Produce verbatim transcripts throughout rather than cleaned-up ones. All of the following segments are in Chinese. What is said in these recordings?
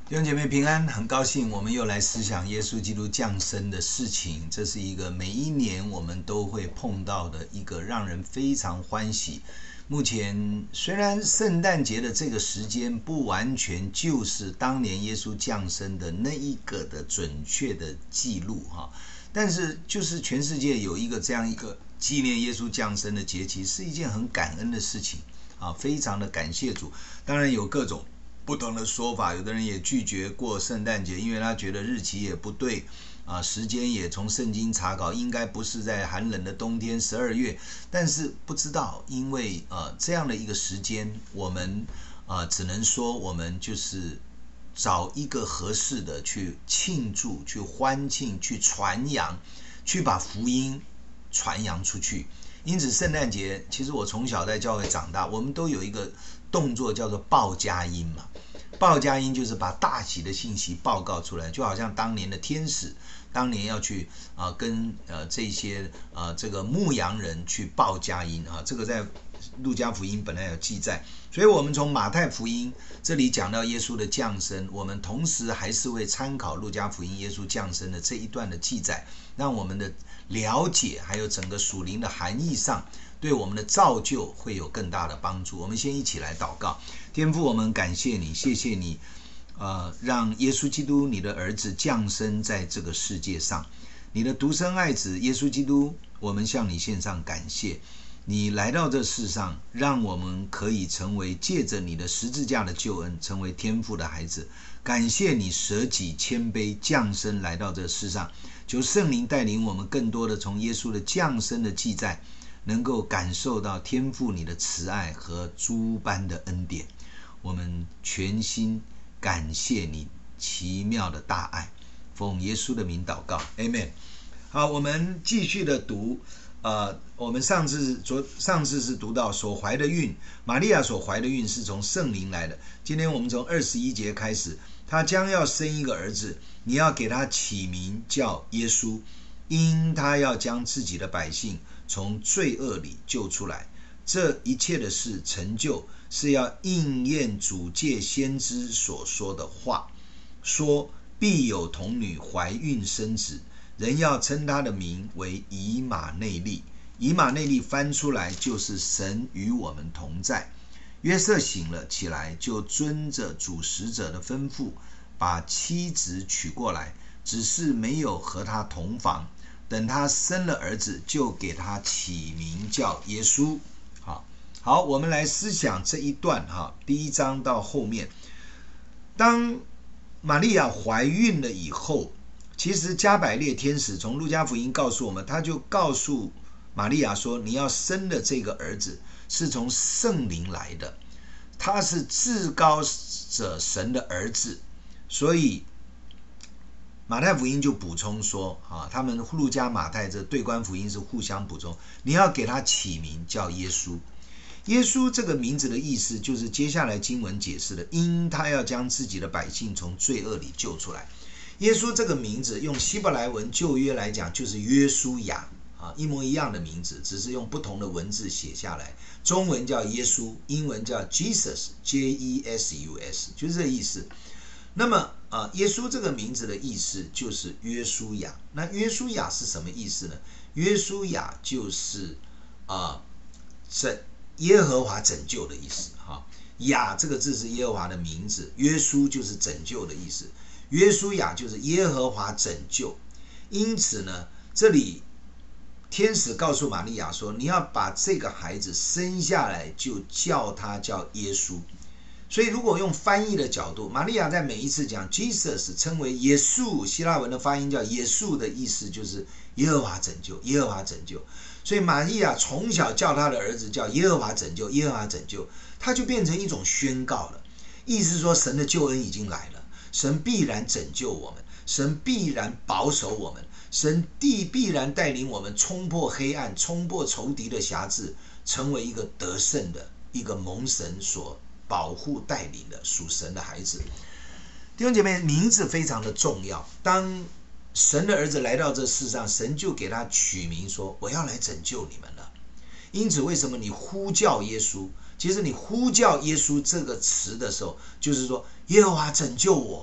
弟兄姐妹平安，很高兴我们又来思想耶稣基督降生的事情。这是一个每一年我们都会碰到的一个让人非常欢喜。目前虽然圣诞节的这个时间不完全就是当年耶稣降生的那一个的准确的记录哈，但是就是全世界有一个这样一个纪念耶稣降生的节期，是一件很感恩的事情啊，非常的感谢主。当然有各种不同的说法，有的人也拒绝过圣诞节，因为他觉得日期也不对啊，时间也从圣经查考应该不是在寒冷的冬天十二月，但是不知道，因为呃这样的一个时间，我们呃只能说我们就是找一个合适的去庆祝、去欢庆、去传扬、去把福音传扬出去。因此圣诞节，其实我从小在教会长大，我们都有一个动作叫做报佳音嘛。报佳音就是把大喜的信息报告出来，就好像当年的天使当年要去啊、呃、跟呃这些呃这个牧羊人去报佳音啊，这个在路加福音本来有记载，所以我们从马太福音这里讲到耶稣的降生，我们同时还是会参考路加福音耶稣降生的这一段的记载，让我们的了解还有整个属灵的含义上对我们的造就会有更大的帮助。我们先一起来祷告。天父，我们感谢你，谢谢你呃，让耶稣基督你的儿子降生在这个世界上，你的独生爱子耶稣基督，我们向你献上感谢。你来到这世上，让我们可以成为借着你的十字架的救恩，成为天父的孩子。感谢你舍己谦卑降生来到这世上，求圣灵带领我们更多的从耶稣的降生的记载，能够感受到天父你的慈爱和诸般的恩典。我们全心感谢你奇妙的大爱，奉耶稣的名祷告 Amen。 好，我们继续的读呃，我们上次昨上次是读到所怀的孕，玛利亚所怀的孕是从圣灵来的。今天我们从二十一节开始，她将要生一个儿子，你要给他起名叫耶稣，因他要将自己的百姓从罪恶里救出来。这一切的事成就，是要应验主借先知所说的话，说必有童女怀孕生子，人要称他的名为以马内利。以马内利翻出来就是神与我们同在。约瑟醒了起来，就遵着主使者的吩咐，把妻子娶过来，只是没有和他同房。等他生了儿子，就给他起名叫耶稣。好，好，我们来思想这一段哈，第一章到后面，当玛利亚怀孕了以后，其实加百列天使从路加福音告诉我们，他就告诉玛利亚说，你要生的这个儿子是从圣灵来的，他是至高者神的儿子。所以马太福音就补充说啊，他们路加马太这对观福音是互相补充，你要给他起名叫耶稣。耶稣这个名字的意思就是接下来经文解释的，因他要将自己的百姓从罪恶里救出来。耶稣这个名字用希伯来文旧约来讲就是约书亚啊，一模一样的名字，只是用不同的文字写下来。中文叫耶稣，英文叫 Jesus J E S U S， 就是这个意思。那么呃，耶稣这个名字的意思就是约书亚。那约书亚是什么意思呢？约书亚就是啊，拯、呃、耶和华拯救的意思哈。亚这个字是耶和华的名字，约书就是拯救的意思，约书亚就是耶和华拯救。因此呢，这里天使告诉玛利亚说，你要把这个孩子生下来，就叫他叫耶稣。所以如果用翻译的角度，玛利亚在每一次讲 Jesus 称为耶稣，希腊文的发音叫耶稣的意思就是耶和华拯救，耶和华拯救。所以玛利亚从小叫他的儿子叫耶和华拯救，耶和华拯救，他就变成一种宣告了，意思是说神的救恩已经来了，神必然拯救我们，神必然保守我们，神必必然带领我们冲破黑暗，冲破仇敌的辖制，成为一个得胜的一个蒙神所保护带领的属神的孩子。弟兄姐妹，名字非常的重要。当神的儿子来到这世上，神就给他取名说，我要来拯救你们了。因此为什么你呼叫耶稣，其实你呼叫耶稣这个词的时候，就是说耶和华拯救我，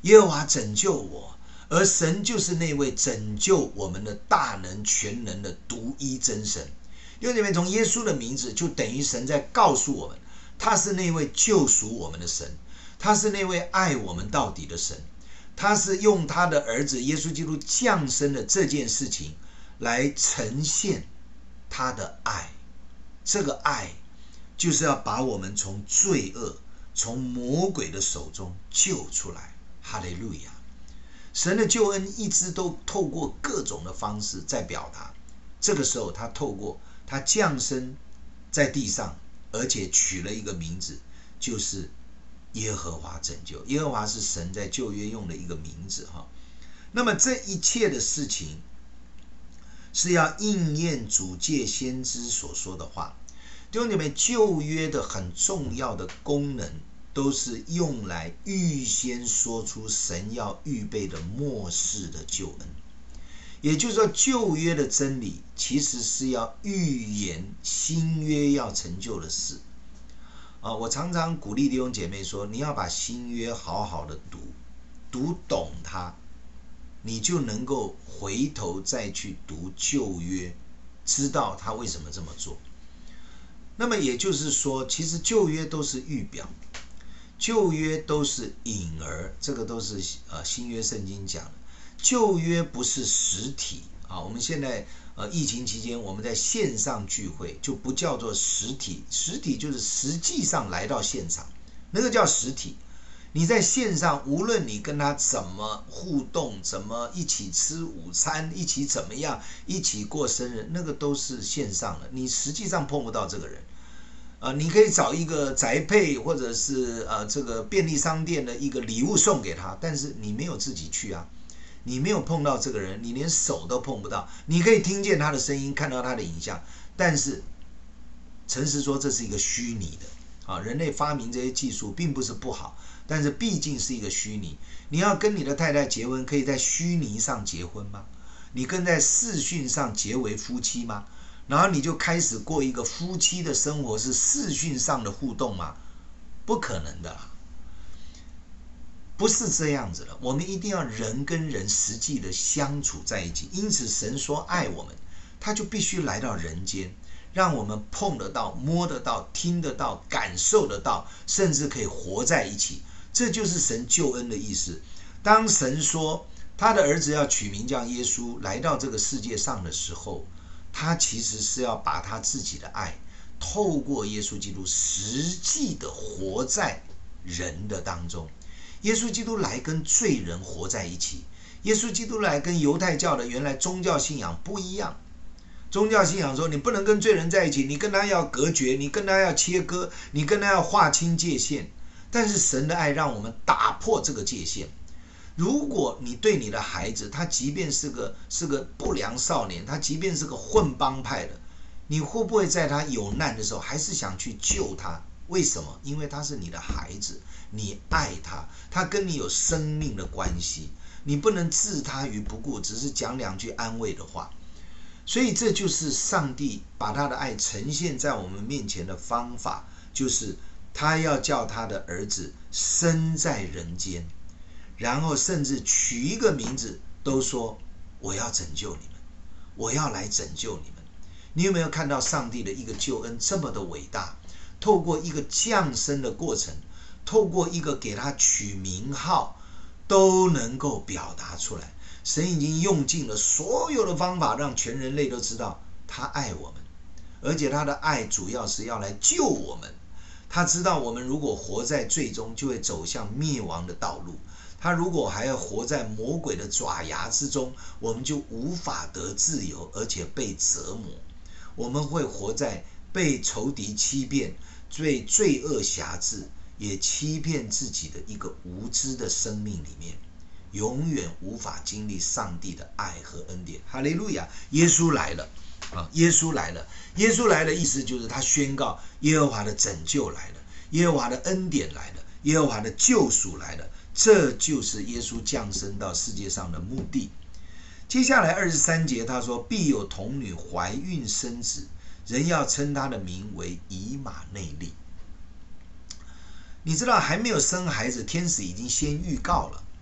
耶和华拯救我，而神就是那位拯救我们的大能全能的独一真神。弟兄姐妹，从耶稣的名字就等于神在告诉我们，他是那位救赎我们的神，他是那位爱我们到底的神，他是用他的儿子耶稣基督降生的这件事情来呈现他的爱。这个爱就是要把我们从罪恶、从魔鬼的手中救出来。哈利路亚！神的救恩一直都透过各种的方式在表达。这个时候他透过他降生在地上，而且取了一个名字，就是耶和华拯救。耶和华是神在旧约用的一个名字哈。那么这一切的事情是要应验主借先知所说的话。弟兄姐妹，旧约的很重要的功能都是用来预先说出神要预备的末世的救恩。也就是说，旧约的真理其实是要预言新约要成就的事。啊，我常常鼓励弟兄姐妹说，你要把新约好好的读，读懂它，你就能够回头再去读旧约，知道他为什么这么做。那么也就是说，其实旧约都是预表，旧约都是影儿，这个都是呃新约圣经讲的。旧约不是实体啊，我们现在呃疫情期间我们在线上聚会就不叫做实体，实体就是实际上来到现场，那个叫实体。你在线上，无论你跟他怎么互动，怎么一起吃午餐，一起怎么样，一起过生日，那个都是线上的，你实际上碰不到这个人。呃，你可以找一个宅配或者是呃这个便利商店的一个礼物送给他，但是你没有自己去啊，你没有碰到这个人，你连手都碰不到。你可以听见他的声音，看到他的影像，但是诚实说，这是一个虚拟的啊。人类发明这些技术并不是不好，但是毕竟是一个虚拟。你要跟你的太太结婚，可以在虚拟上结婚吗？你跟在视讯上结为夫妻吗？然后你就开始过一个夫妻的生活，是视讯上的互动吗？不可能的啦，不是这样子的。我们一定要人跟人实际的相处在一起。因此神说爱我们，他就必须来到人间，让我们碰得到、摸得到、听得到、感受得到，甚至可以活在一起。这就是神救恩的意思。当神说他的儿子要取名叫耶稣来到这个世界上的时候，他其实是要把他自己的爱透过耶稣基督实际的活在人的当中。耶稣基督来跟罪人活在一起，耶稣基督来跟犹太教的原来宗教信仰不一样。宗教信仰说你不能跟罪人在一起，你跟他要隔绝，你跟他要切割，你跟他要划清界限。但是神的爱让我们打破这个界限。如果你对你的孩子，他即便是个是个不良少年，他即便是个混帮派的，你会不会在他有难的时候还是想去救他？为什么？因为他是你的孩子，你爱他，他跟你有生命的关系，你不能置他于不顾，只是讲两句安慰的话。所以这就是上帝把他的爱呈现在我们面前的方法，就是他要叫他的儿子生在人间，然后甚至取一个名字，都说我要拯救你们，我要来拯救你们。你有没有看到上帝的一个救恩这么的伟大？透过一个降生的过程，透过一个给他取名号，都能够表达出来。神已经用尽了所有的方法，让全人类都知道他爱我们，而且他的爱主要是要来救我们。他知道我们如果活在最终，就会走向灭亡的道路。他如果还要活在魔鬼的爪牙之中，我们就无法得自由，而且被折磨。我们会活在被仇敌欺骗、被罪恶辖制，也欺骗自己的一个无知的生命里面，永远无法经历上帝的爱和恩典。哈利路亚！耶稣来了啊！耶稣来了！耶稣来的意思就是他宣告耶和华的拯救来了，耶和华的恩典来了，耶和华的救赎来了。这就是耶稣降生到世界上的目的。接下来二十三节他说，必有童女怀孕生子，人要称他的名为以马内利。你知道还没有生孩子，天使已经先预告了。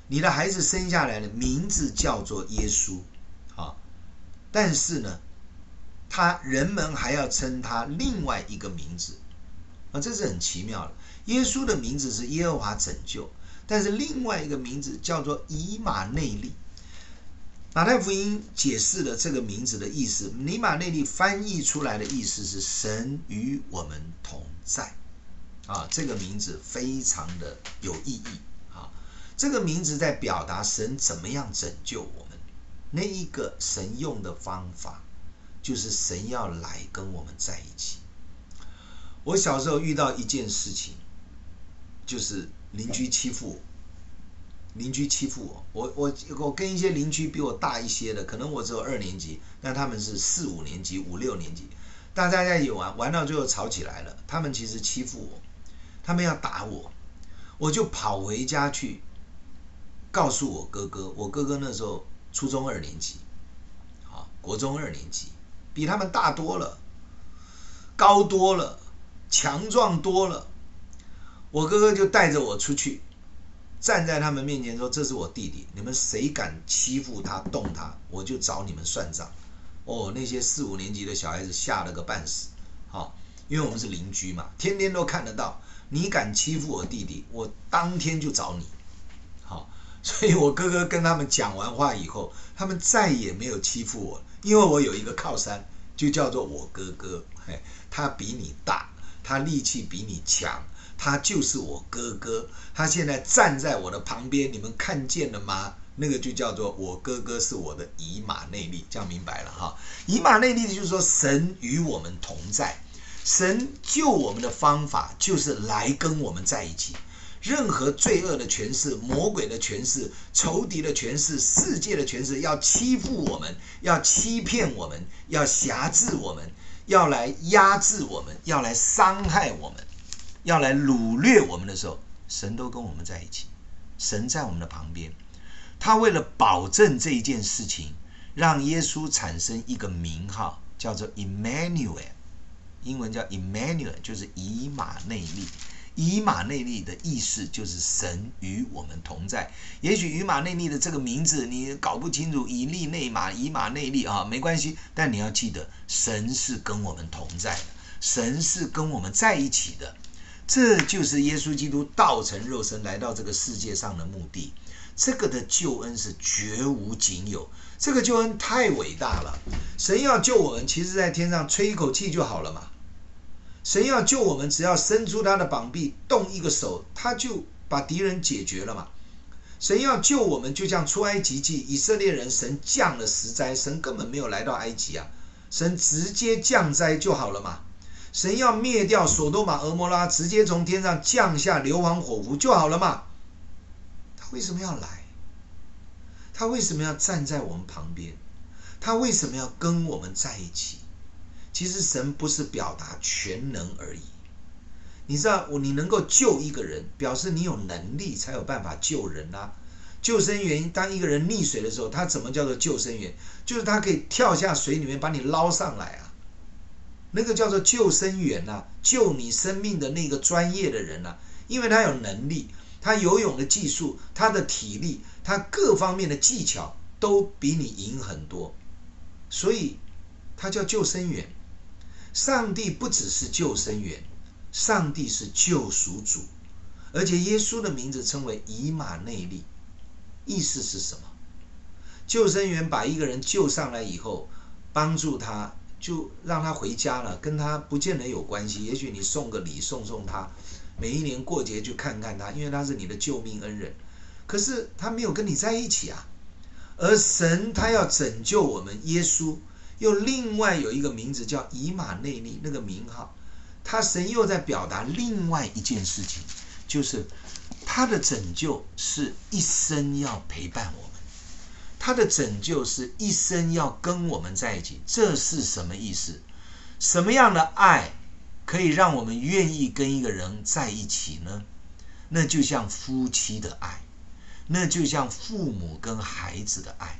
你的孩子生下来的名字叫做耶稣，啊，但是呢，他人们还要称他另外一个名字，啊，这是很奇妙的。耶稣的名字是耶和华拯救，但是另外一个名字叫做以马内利。马太福音解释了这个名字的意思，以马内利翻译出来的意思是神与我们同在，啊，这个名字非常的有意义啊。这个名字在表达神怎么样拯救我们，那一个神用的方法就是神要来跟我们在一起。我小时候遇到一件事情，就是邻居欺负我，邻居欺负我，我我我跟一些邻居比我大一些的，可能我只有二年级，但他们是四五年级、五六年级，大家在一起玩，玩到最后吵起来了。他们其实欺负我，他们要打我，我就跑回家去告诉我哥哥。我哥哥那时候初中二年级，啊，国中二年级，比他们大多了，高多了，强壮多了。我哥哥就带着我出去，站在他们面前说：“这是我弟弟，你们谁敢欺负他、动他，我就找你们算账。”哦，那些四五年级的小孩子吓了个半死，好，因为我们是邻居嘛，天天都看得到。你敢欺负我弟弟，我当天就找你。好，所以我哥哥跟他们讲完话以后，他们再也没有欺负我，因为我有一个靠山，就叫做我哥哥。嘿，他比你大，他力气比你强。他就是我哥哥，他现在站在我的旁边，你们看见了吗？那个就叫做我哥哥是我的以马内利，这样明白了哈。以马内利就是说神与我们同在，神救我们的方法就是来跟我们在一起。任何罪恶的权势、魔鬼的权势、仇敌的权势、世界的权势，要欺负我们，要欺骗我们，要辖制我们，要来压制我们，要来伤害我们，要来掳掠我们的时候，神都跟我们在一起，神在我们的旁边。他为了保证这一件事情，让耶稣产生一个名号，叫做 Emmanuel， 英文叫 Emmanuel， 就是以马内利。以马内利的意思就是神与我们同在。也许以马内利的这个名字你搞不清楚，以利内马、以马内利啊，没关系，但你要记得，神是跟我们同在的，神是跟我们在一起的。这就是耶稣基督道成肉身来到这个世界上的目的。这个的救恩是绝无仅有，这个救恩太伟大了。神要救我们，其实在天上吹一口气就好了嘛。神要救我们，只要伸出他的膀臂，动一个手，他就把敌人解决了嘛。神要救我们，就像出埃及记，以色列人神降了十灾，神根本没有来到埃及啊，神直接降灾就好了嘛。神要灭掉所多玛、蛾摩拉，直接从天上降下硫磺火湖就好了嘛。他为什么要来？他为什么要站在我们旁边？他为什么要跟我们在一起？其实神不是表达全能而已。你知道，你能够救一个人，表示你有能力才有办法救人啊。救生员当一个人溺水的时候，他怎么叫做救生员？就是他可以跳下水里面把你捞上来啊。那个叫做救生员啊，救你生命的那个专业的人啊，因为他有能力，他游泳的技术，他的体力，他各方面的技巧都比你赢很多，所以他叫救生员。上帝不只是救生员，上帝是救赎主，而且耶稣的名字称为以马内利，意思是什么？救生员把一个人救上来以后，帮助他，就让他回家了，跟他不见得有关系。也许你送个礼送送他，每一年过节去看看他，因为他是你的救命恩人。可是他没有跟你在一起啊。而神他要拯救我们，耶稣又另外有一个名字叫以马内利，那个名号，他神又在表达另外一件事情，就是他的拯救是一生要陪伴我们，他的拯救是一生要跟我们在一起。这是什么意思？什么样的爱可以让我们愿意跟一个人在一起呢？那就像夫妻的爱，那就像父母跟孩子的爱。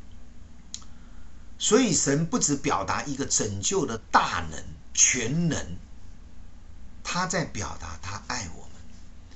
所以神不只表达一个拯救的大能、全能，他在表达他爱我们。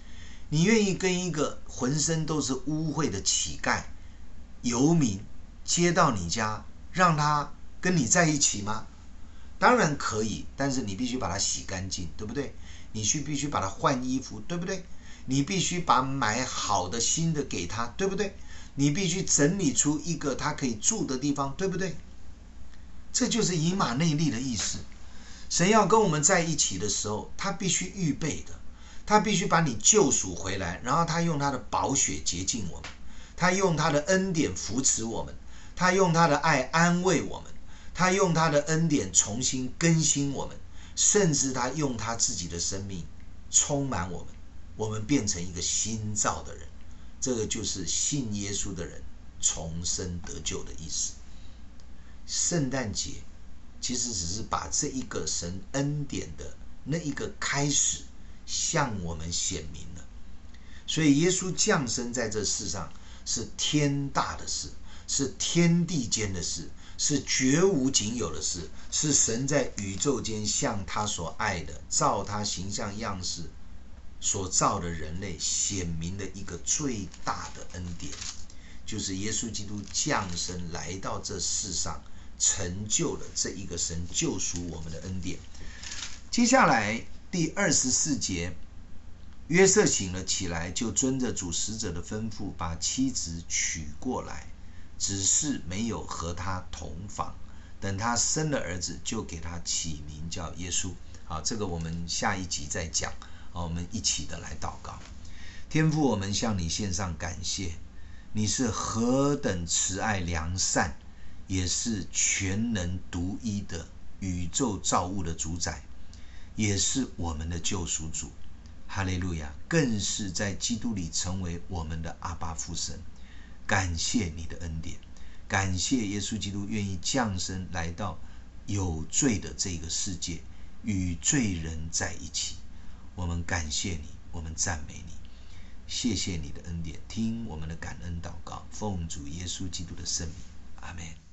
你愿意跟一个浑身都是污秽的乞丐、游民接到你家，让他跟你在一起吗？当然可以，但是你必须把它洗干净，对不对？你需必须把它换衣服，对不对？你必须把买好的新的给他，对不对？你必须整理出一个他可以住的地方，对不对？这就是以马内利的意思。神要跟我们在一起的时候，他必须预备的，他必须把你救赎回来，然后他用他的宝血洁净我们，他用他的恩典扶持我们，他用他的爱安慰我们，他用他的恩典重新更新我们，甚至他用他自己的生命充满我们，我们变成一个新造的人。这个就是信耶稣的人重生得救的意思。圣诞节其实只是把这一个神恩典的那一个开始向我们显明了。所以耶稣降生在这世上是天大的事，是天地间的事，是绝无仅有的事，是神在宇宙间向他所爱的照他形象样式所造的人类显明的一个最大的恩典，就是耶稣基督降生来到这世上，成就了这一个神救赎我们的恩典。接下来第二十四节，约瑟醒了起来，就遵着主使者的吩咐，把妻子娶过来，只是没有和他同房。等他生了儿子，就给他起名叫耶稣。好，这个我们下一集再讲。我们一起的来祷告。天父，我们向你献上感谢，你是何等慈爱良善，也是全能独一的宇宙造物的主宰，也是我们的救赎主。哈利路亚！更是在基督里成为我们的阿爸父神。感谢你的恩典，感谢耶稣基督愿意降生来到有罪的这个世界，与罪人在一起。我们感谢你，我们赞美你，谢谢你的恩典，听我们的感恩祷告，奉主耶稣基督的圣名，阿们。